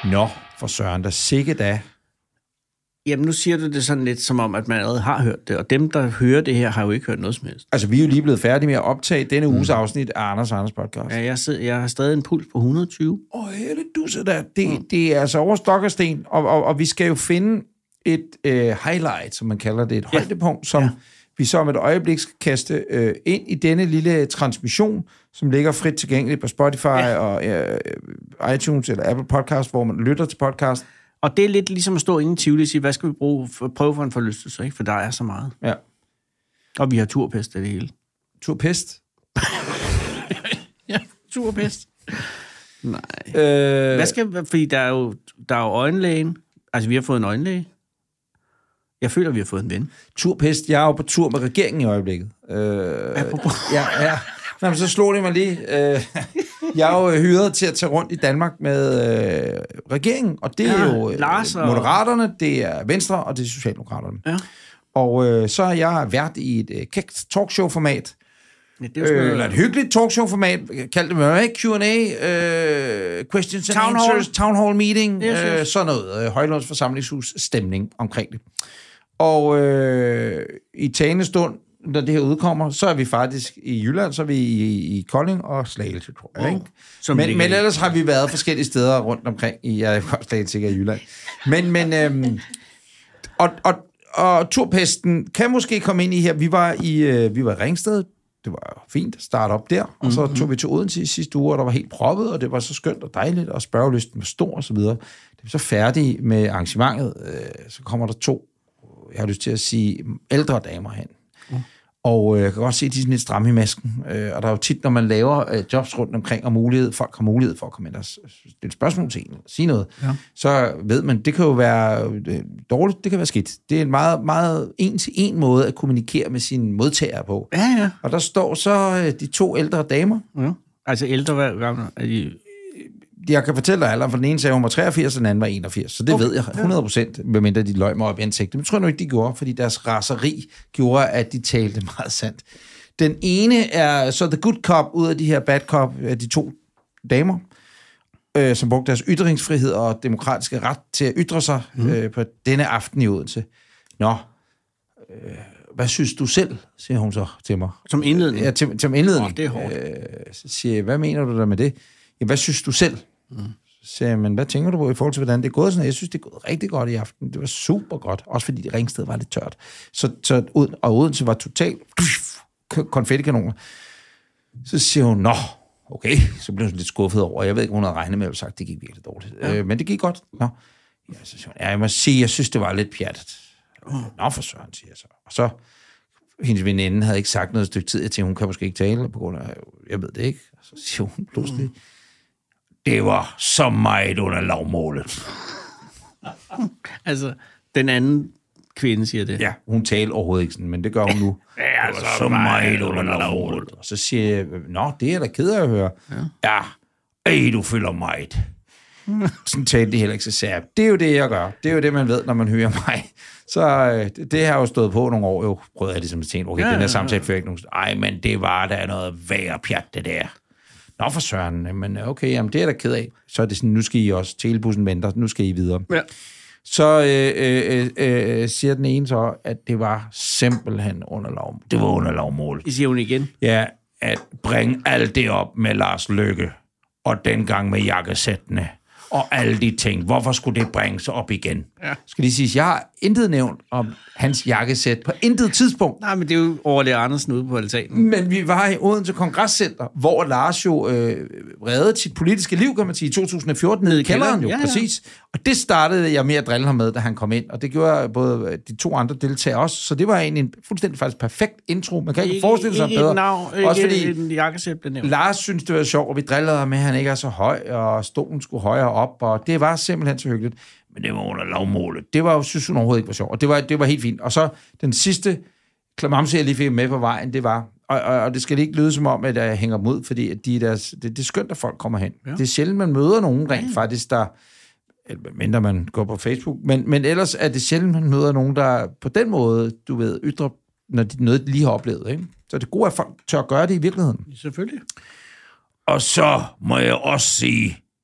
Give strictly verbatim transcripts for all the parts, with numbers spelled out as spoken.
Nå, for søren, der sikke da. Jamen, nu siger du det sådan lidt som om, at man allerede har hørt det, og dem, der hører det her, har jo ikke hørt noget som helst. Altså, vi er jo lige blevet færdige med at optage denne uges mm. afsnit af Anders Anders podcast. Ja, jeg, sidder, jeg har stadig en puls på et hundrede og tyve. Åh, hele dusse der. Det, mm. det er altså over stok og sten, og, og, og vi skal jo finde et øh, highlight, som man kalder det, et ja. højdepunkt, som ja. vi så om et øjeblik skal kaste øh, ind i denne lille transmission, som ligger frit tilgængeligt på Spotify ja. og øh, iTunes eller Apple Podcast, hvor man lytter til podcast. Og det er lidt ligesom at stå inde i Tivoli og sige, hvad skal vi bruge for, prøve for en forlystelse, ikke? For der er så meget. Ja. Og vi har turpest af det hele. Turpest? Ja, turpest. Nej. Øh... Hvad skal, fordi der er jo, der er jo øjenlægen. Altså, vi har fået en øjenlæge. Jeg føler, vi har fået en ven. Turpest. Jeg er jo på tur med regeringen i øjeblikket. Øh... ja, ja. Nå, så slog det mig lige. Øh... Jeg er jo hyret til at tage rundt i Danmark med øh, regeringen, og det er ja, jo øh, og... Moderaterne, det er Venstre, og det er Socialdemokraterne. Ja. Og øh, så har jeg været i et øh, kægt talkshow-format, ja, det er øh, eller et hyggeligt talkshow-format, kaldte det ikke Q and A, øh, questions and town answers, hall. town hall meeting, øh, sådan noget, øh, Højlunds forsamlingshus stemning omkring det. Og øh, i talende stund, når det her udkommer, så er vi faktisk i Jylland, så er vi i, i Kolding og Slagelse, tror jeg, ikke? Oh, men, men ellers har vi været forskellige steder rundt omkring i, jeg er godt Slagelse sikkert i Jylland. Men, men, øhm, og, og, og turpesten kan måske komme ind i her. Vi var i, øh, vi var i Ringsted, det var fint at starte op der, og så tog vi til Odense i sidste uge, og der var helt proppet, og det var så skønt og dejligt, og spørgelysten var stor og så videre. Det var så færdige med arrangementet, øh, så kommer der to, jeg har lyst til at sige, ældre damer hen. Og øh, jeg kan godt se, at de er sådan lidt stramme i masken. Øh, og der er jo tit, når man laver øh, jobs rundt omkring, og mulighed, folk har mulighed for at komme ind og stille spørgsmål til en, eller sige noget, ja. Så ved man, det kan jo være øh, dårligt, det kan være skidt. Det er en meget, meget en-til-en måde at kommunikere med sine modtagere på. Ja, ja. Og der står så øh, de to ældre damer. Ja. Altså ældre, hvad gamle er de? Jeg kan fortælle dig alderen, for den ene sagde, hun var treogfirs, og den anden var enogfirs. Så det okay. ved jeg hundrede procent, medmindre de løg mig op i ansigtet. Men det tror jeg nu ikke, de gjorde, fordi deres raseri gjorde, at de talte meget sandt. Den ene er så the good cop ud af de her bad cop, af de to damer, øh, som brugte deres ytringsfrihed og demokratiske ret til at ytre sig mm. øh, på denne aften i Odense. Nå, øh, hvad synes du selv, siger hun så til mig. Som indledning? Ja, til, som indledning. Oh, det er hårdt. Øh, så siger jeg, hvad mener du der med det? Ja, hvad synes du selv? Mm. Så siger jeg, men hvad tænker du på i forhold til, hvordan det er gået? Sådan, jeg synes, det er gået rigtig godt i aften. Det var super godt. Også fordi Ringsted var lidt tørt. Så, så, og Odense var totalt konfettikanoner. Så siger hun, nå, okay. Så blev hun lidt skuffet over. Jeg ved ikke, hun havde regnet med, at sagt, det gik virkelig dårligt. Ja. Øh, men det gik godt. Nå. Ja, så siger hun, ja, jeg må sige, jeg synes, det var lidt pjattet. Mm. Nå, for søren, siger jeg så. Og så, hendes veninde havde ikke sagt noget stykke tid. Jeg tænkte, hun kan måske ikke tale, på grund af, jeg ved det ikke. Og så siger hun pludselig, mm. det var så meget under lavmålet. Altså, den anden kvinde siger det. Ja, hun taler overhovedet ikke sådan, men det gør hun nu. Det er det var så meget under lavmålet. Og så siger jeg, nå, det er da ked af at høre. Ja, ja ej, du føler meget. Sådan talte det heller ikke, så sagde jeg, det er jo det, jeg gør. Det er jo det, man ved, når man hører mig. Så øh, det, det har jo stået på nogle år, jo prøvede jeg ligesom at tænke, okay, ja, den her samtale fører ikke nogen. Ej, men det var da noget værre pjat, det der. Nå for søren, men okay, jamen det er da ked af. Så er det sådan, nu skal I også, telebussen venter, nu skal I videre. Ja. Så øh, øh, øh, siger den ene så, at det var simpelthen under lov. Det var under lovmål. I siger hun igen? Ja, at bringe alt det op med Lars Løkke, og dengang med jakkesættene, og alle de ting. Hvorfor skulle det bringe sig op igen? Ja. Skal de sige, jeg har intet nævnt om hans jakkesæt på intet tidspunkt. Nej, men det er jo Overlæger Andersen ude på altanen. Men vi var i Odense Kongresscenter, hvor Lars jo øh, reddede sit politiske liv, kan man sige, i to tusind og fjorten nede i kælderen jo, ja, ja. Præcis. Og det startede jeg med at drille ham med, da han kom ind, og det gjorde både de to andre deltagere også, så det var egentlig en fuldstændig faktisk perfekt intro. Man kan ikke, ikke forestille sig bedre. Navn, også fordi en jakkesæt blev nævnt. Lars synes det var sjovt, og vi drillede ham med, at han ikke er så høj, og stolen skulle højere op, og det var simpelthen så hyggeligt. Men det var under lavmålet. Det var jo, synes hun overhovedet ikke var sjovt. Og det var, det var helt fint. Og så den sidste klamamse, jeg lige fik med på vejen, det var, og, og, og det skal ikke lyde som om, at jeg hænger dem ud, fordi at de deres, det, det er skønt, at folk kommer hen. Ja. Det er sjældent, man møder nogen rent faktisk, der, mindre man går på Facebook, men, men ellers er det sjældent, man møder nogen, der på den måde, du ved, ytrer, når de noget de lige har oplevet. Ikke? Så det gode er, at folk tør gøre det i virkeligheden. Selvfølgelig. Og så må jeg også sige,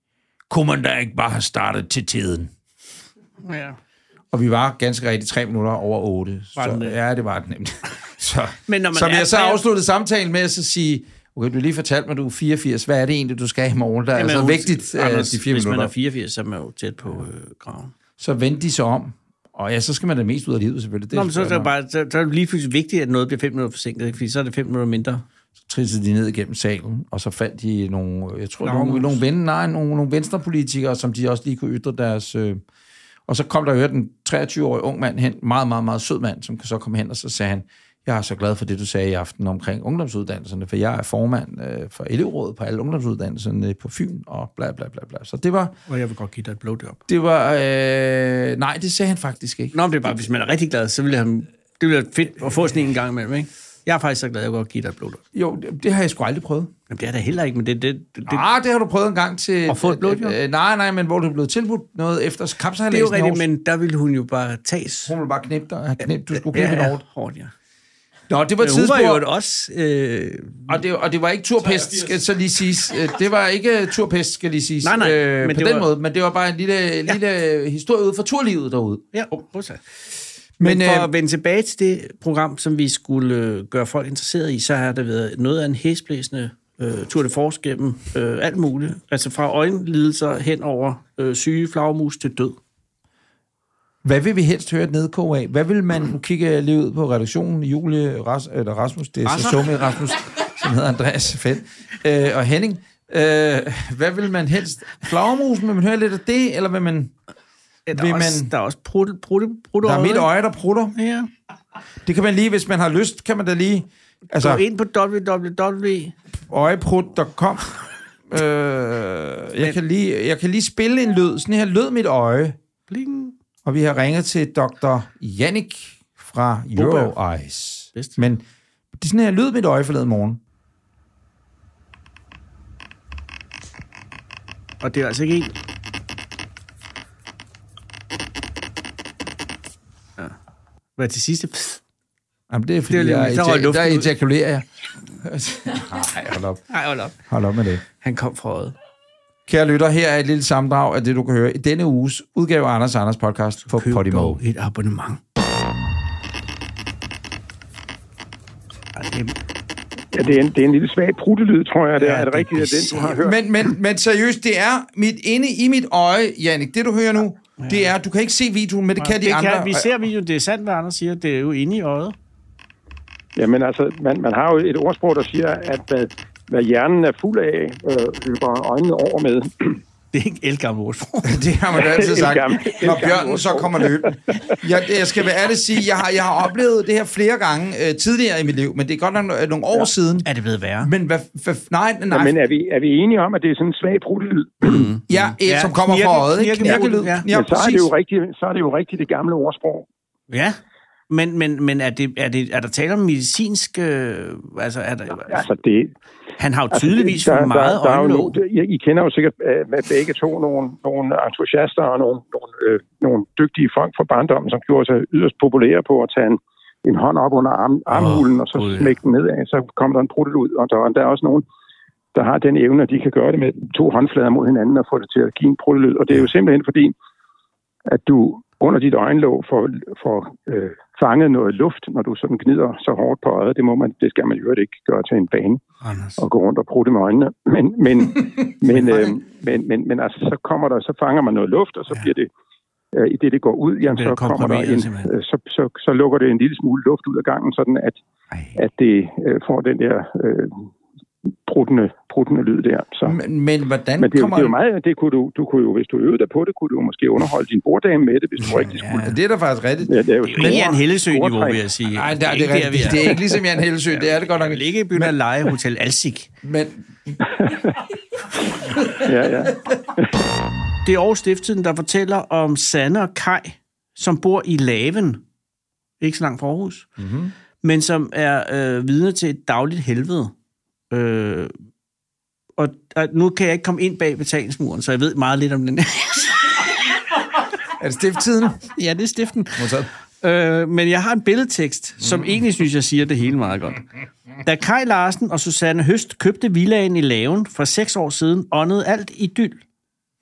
kunne man da ikke bare have startet til tiden? Ja. Og vi var ganske rigtigt tre minutter over otte. Var Så, det? ja, det var det nemlig. Så, Men når man så vi er har så tre- afsluttet samtalen med at så sige, okay, du lige fortalte mig, du er fireogfirs. Hvad er det egentlig, du skal i morgen? Der er Jamen, altså hun- vigtigt, Anders, de fire hvis minutter. man er fireogfirs, så er man jo tæt på øh, graven. Så vendte de sig om. Og ja, så skal man da mest ud af livet, selvfølgelig. Det Nå, men så er, det spørgsmål. bare, så, så er det lige pludselig vigtigt, at noget bliver fem minutter forsinket, ikke? Fordi så er det fem minutter mindre. Så trissede de ned igennem salen, og så fandt de nogle, jeg tror, Nå, nogle, men- nogle, ven, nej, nogle, nogle venstrepolitikere, som de også lige kunne ytre deres... Øh, og så kom der jo den treogtyve-årige ung mand hen, meget, meget, meget sød mand, som så kom hen, og så sagde han, jeg er så glad for det, du sagde i aften omkring ungdomsuddannelserne, for jeg er formand øh, for elevrådet på alle ungdomsuddannelserne på Fyn, og bla bla bla bla. Så det var... Og jeg vil godt give dig et blowjob. Det var... Øh, nej, det sagde han faktisk ikke. Nå, men det er bare, hvis man er rigtig glad, så vil han, det vil være fedt at få sådan en gang imellem, ikke? Jeg er faktisk så glad, at jeg vil godt give dig et blowjob. Jo, det, det har jeg sgu aldrig prøvet. Jamen, det er da heller ikke, men det... det, det, det Ah, det har du prøvet en gang til... At få et blowjob? Øh, nej, nej, men hvor du er blevet tilbudt noget efter det er jo kapsejladsen. rigtigt, men der ville hun jo bare tages. Hun ville bare knippe dig. Have knip, du skulle Ja, knippe ja, ja, hårdt. hårdt, ja. Nå, det var et Men hun var tidspunkt... jo også... Øh, Og det, og det var ikke turpest, skal så lige siges. Øh, Det var ikke turpest, skal lige siges. Nej, nej, øh, men på det den var- måde, men det var bare en lille, ja. lille historie ud fra turlivet derude. ja, oh, modsat. Men, Men, men for øh, at vende tilbage til det program, som vi skulle øh, gøre folk interesseret i, så har der været noget af en hæsblæsende øh, tur de force gennem øh, alt muligt. Altså fra øjenlidelser hen over øh, syge flagmus til død. Hvad vil vi helst høre et nedkog af? Hvad vil man... Nu kigger jeg lige ud på redaktionen. Julie Ras, eller Rasmus, det er så Somi Rasmus, som hedder Andreas Feld, øh, og Henning. Øh, hvad vil man helst? Flagermusen, vil man høre lidt af det, eller vil man... Ja, der, Vil er også, man- der er også prutte, prutte, prutte Der er mit øje, der prutter. Ja. Det kan man lige, hvis man har lyst, kan man da lige... Altså, Gå ind på w w w. øjeprut punktum com. øh, jeg, kan lige, jeg kan lige spille en lyd. Sådan her, lød mit øje. Bling. Og vi har ringet til doktor Jannik fra Euro Eyes. Bedst. Men det er sådan her, lød mit øje forleden morgen. Og det er altså ikke en... Ja. Hvad til sidste? Pff. Jamen, det er fordi, Det er det er lige- der jeg, røg der, luften der ud. ejakulerer jeg. Nej, hold op. Nej, hold op. Hold op med det. Han kom fra øjet. Kære lytter, her er et lille sammendrag af det, du kan høre i denne uges udgave af Anders Anders podcast på Køb Podimo. dog et abonnement. Ej, det- Ja, det er en, det er en lille svag pruttelyd, tror jeg. Det er, Ja, er det det rigtigt, at den, du har hørt? Men, men, men seriøst, det er mit, inde i mit øje, Jannik. Det, du hører nu, ja. det er, du kan ikke se videoen, men det kan de det andre. kan, vi ser videoen, det er sandt, hvad Anders siger, det er jo inde i øjet. Jamen altså, man, man har jo et ordsprog, der siger, at hvad, hvad hjernen er fuld af, øh, løber øjnene over med. Det er ikke elgammel ordsprog. Det har man da altid sagt. Elgammel- Når elgammel bjørnen så ordsprog. kommer løbende. Jeg, jeg skal være ærlig sige, jeg har, jeg har oplevet det her flere gange øh, tidligere i mit liv, men det er godt nok no- nogle år ja. siden. Er det blevet værre? Men hvad, hvad, nej, nej, Ja, men er vi, er vi enige om, at det er sådan en svag pruttelyd? ja, et, Ja, som kommer knirke- fra øjet, ikke? knirke- Knirkelyd. ja. Ja, Men så er, præcis. det jo rigtigt, så er det jo rigtigt det gamle ordsprog. Ja, men, men, men er, det, er, det, er der tale om medicinsk... Øh, altså, er der, Altså, det, han har jo altså, tydeligvis der, for meget der, der er jo øjenlåg. nogle, I, I kender jo sikkert uh, med begge to nogle, nogle entusiaster og nogle, nogle, øh, nogle dygtige folk fra barndommen, som gjorde sig yderst populære på at tage en, en hånd op under arm, armhulen, og så Gud, ja. smække den nedad, så kommer der en pruttel ud. Og der, der er også nogen, der har den evne, at de kan gøre det med to håndflader mod hinanden og få det til at give en pruttelyd. Og det er jo simpelthen fordi, at du under dit øjenlåg får, får øh, fanget noget luft, når du sådan gnider så hårdt på øjet. Det, må man, det skal man jo ikke gøre til en bane Anders. og gå rundt og prutte med øjnene. Men, men, men, øh, men, men, men altså, så kommer der, så fanger man noget luft, og så Ja. bliver det, øh, i det det går ud, jamen, bliver så kommer der komprimeret, en, simpelthen. øh, så, så, så lukker det en lille smule luft ud af gangen, sådan at, Ej. at det øh, får den der øh, pruttende, pruttende lyd der. Så. Men, men hvordan Men det er, jo, kommer... det er jo meget, det kunne du, du kunne jo, hvis du øvede dig på det, kunne du jo måske underholde din borddame med det, hvis du rigtig skulle. Ja, det er da faktisk rigtigt. Ja, det er jo Det er jo ikke Jan Hellesø-niveau, store vil jeg sige. Nej, det er, det, ikke er, der, vi rigtigt. Det er ikke ligesom Jan Hellesø, det er det godt nok. Jeg vil ikke begynde at lege Hotel Alsik. Men Ja, ja. Det er Aarhus Stiftstidende, der fortæller om Sanne og Kai, som bor i Laven. Ikke så langt fra Aarhus. Mm-hmm. Men som er øh, vidne til et dagligt helvede. Øh, og, og nu kan jeg ikke komme ind bag betalingsmuren, så jeg ved meget lidt om den. er det stifttiden? Ja, det er stiften. Modtaget. Øh, men jeg har en billedtekst, som mm. egentlig synes, jeg siger det hele meget godt. Da Kai Larsen og Susanne Høst købte villaen i Laven for seks år siden, åndede alt idyll.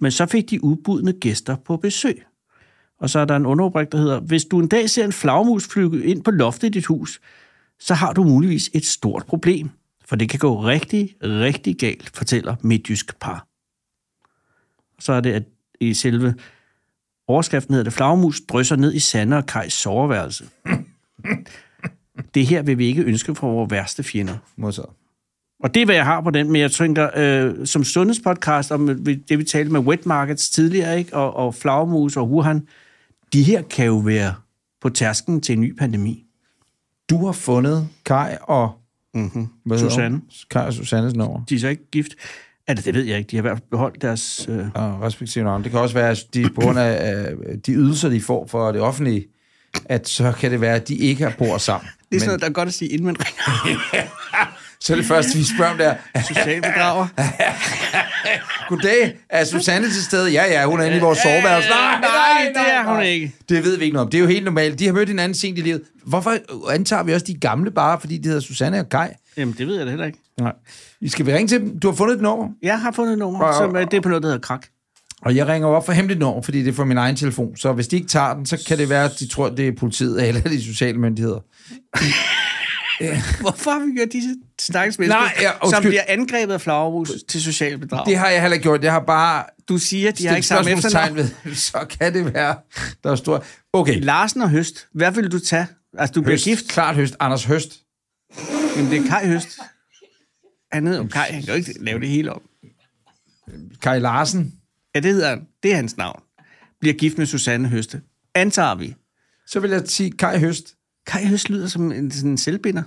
Men så fik de udbudne gæster på besøg. Og så er der en underrubrik, der hedder, hvis du en dag ser en flagermus flyve ind på loftet i dit hus, så har du muligvis et stort problem. For det kan gå rigtig, rigtig galt, fortæller midtjysk par. Så er det, at i selve overskriften hedder det, flagermus drysser ned i Sanne og Kajs soveværelse. Det her vil vi ikke ønske for vores værste fjender. Modsat. Og det er, hvad jeg har på den, men jeg tænker, øh, som sundhedspodcast, om det vi talte med wet markets tidligere, ikke? Og, og flagermus og Wuhan, de her kan jo være på tærsklen til en ny pandemi. Du har fundet Kai og Mm-hmm. Susanne. Kai og Susannes nummer. De er så ikke gift. Altså, det ved jeg ikke. De har i hvert fald beholdt deres... Øh... Og respektive navn. Det kan også være, at de, på grund af øh, de ydelser, de får for det offentlige, at så kan det være, at de ikke har bor sammen. Det er sådan noget, der er godt at sige, inden man ringer. Så det første, vi spørger om, der socialbedrager. Goddag, er Susanne til stede? Ja, ja, hun er inde i vores soveværelse. Nej, nej, det er hun ikke. Det ved vi ikke noget om. Det er jo helt normalt. De har mødt hinanden sent i livet. Hvorfor antager vi også de gamle bare, fordi de hedder Susanne og Kai? Jamen, det ved jeg da heller ikke. Nej. Skal vi ringe til dem? Du har fundet et nummer? Jeg har fundet et nummer, og, som det er på noget, der hedder krak. Og jeg ringer op for hemmeligt nummer, fordi det er fra min egen telefon. Så hvis de ikke tager den, så kan det være, at de tror, det er politiet eller de sociale myndigheder. Hvorfor har vi gjort disse stakkels mennesker, ja, som bliver angrebet af flagermus til social bedrag? Det har jeg heller ikke gjort. Jeg har bare... Du siger, de har ikke samme efternavn. Ved, så kan det være, der er stor... Okay. Larsen og Høst. Hvad vil du tage? Altså, du bliver Høst. gift. Klart Høst. Anders Høst. Men det er Kai Høst. Han hedder jo Kai. Han kan jo ikke lave det hele om. Kai Larsen. Ja, det hedder han. Det er hans navn. Bliver gift med Susanne Høste. Antager vi. Så vil jeg sige Kai Høst. Kai Høst lyder som en, sådan en selvbinder.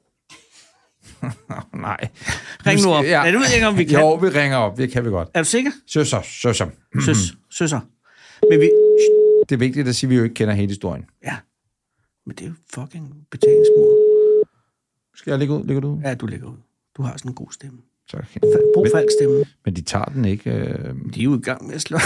Nej. Ring nu op. Ja. Er du ikke, om vi kan? Jo, vi ringer op. Det kan vi godt. Er du sikker? Søsser, søsser. Søs, søsser. Men vi... Det er vigtigt at sige, at vi jo ikke kender hele historien. Ja. Men det er jo fucking betalingsmål. Skal jeg lægge ud? Lægger du ud? Ja, du lægger ud. Du har sådan en god stemme. Så, okay. Brug falsk stemme. Men de tager den ikke. Øh... De er jo i gang med at slå.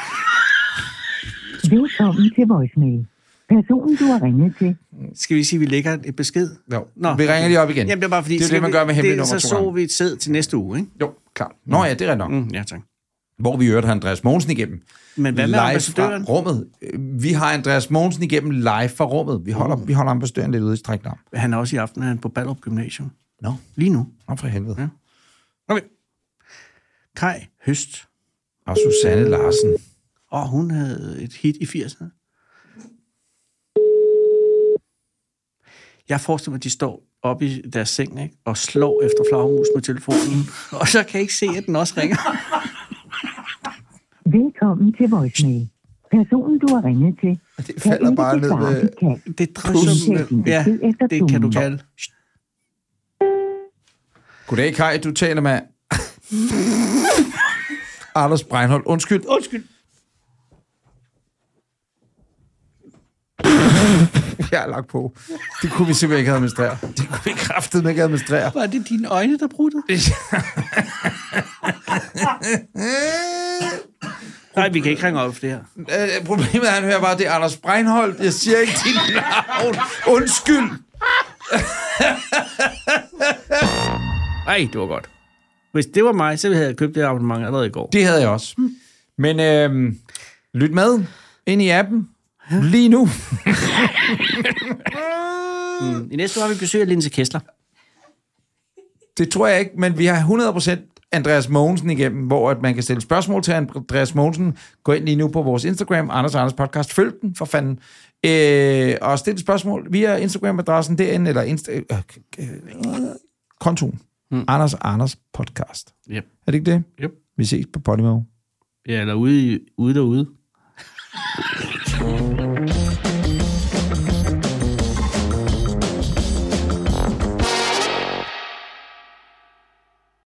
Velkommen til voicemail. Personen, du har ringet til. Skal vi sige, at vi lægger et besked? Jo, Nå. Vi ringer lige op igen. Jamen, det er bare fordi... Det er det, man gør med hemmelige nummer to Så så vi et sæd til næste uge, ikke? Jo, klart. Nå ja, det er ret nok. Mm, ja, tak. Hvor vi hørte Andreas Mogensen igennem. Men hvad med ambassadøren? Rummet. Vi har Andreas Mogensen igennem live fra rummet. Vi holder, mm. vi holder ambassadøren lidt ude i stræknavn. Han er også i aften han er på Ballerup Gymnasium. Nå. No. Lige nu. Nå, for helvede. Ja. Okay. Kai Høst. Og Susanne Larsen. Og hun havde et hit i firserne. Jeg forestiller mig, at de står oppe i deres seng, ikke? Og slår efter flagermus med telefonen. Og så kan jeg ikke se, at den også ringer. Velkommen til voicemail. Personen, du har ringet til... Det falder bare ned med... Det drøser. Ja, det kan du kalde. Goddag, Kai. Du taler med... Anders Breinholt. Undskyld. Undskyld. Jeg har lagt på. Det kunne vi simpelthen ikke administrere. Det kunne vi kraftedeme ikke administrere. Var det dine øjne, der brudte? Nej, vi kan ikke ringe op for det her. Øh, problemet er, han hører bare, det er Anders Breinholt. Jeg siger ikke dit navn. Undskyld. Ej, det var godt. Hvis det var mig, så havde jeg købt det abonnement allerede i går. Det havde jeg også. Men øh, lyt med ind i appen. Ja. Lige nu. mm. I næste uge har vi besøg af Linse Kessler. Det tror jeg ikke, men vi har hundrede procent Andreas Mogensen igennem, hvor at man kan stille spørgsmål til Andreas Mogensen. Gå ind lige nu på vores Instagram, Anders Anders Podcast. Følg den, for fanden. Øh, og stil spørgsmål via Instagram-adressen derinde, eller Insta- øh, øh, kontoen. Mm. Anders Anders Podcast. Yep. Er det ikke det? Yep. Vi ses på Podimo. Ja, eller ude, i, ude derude.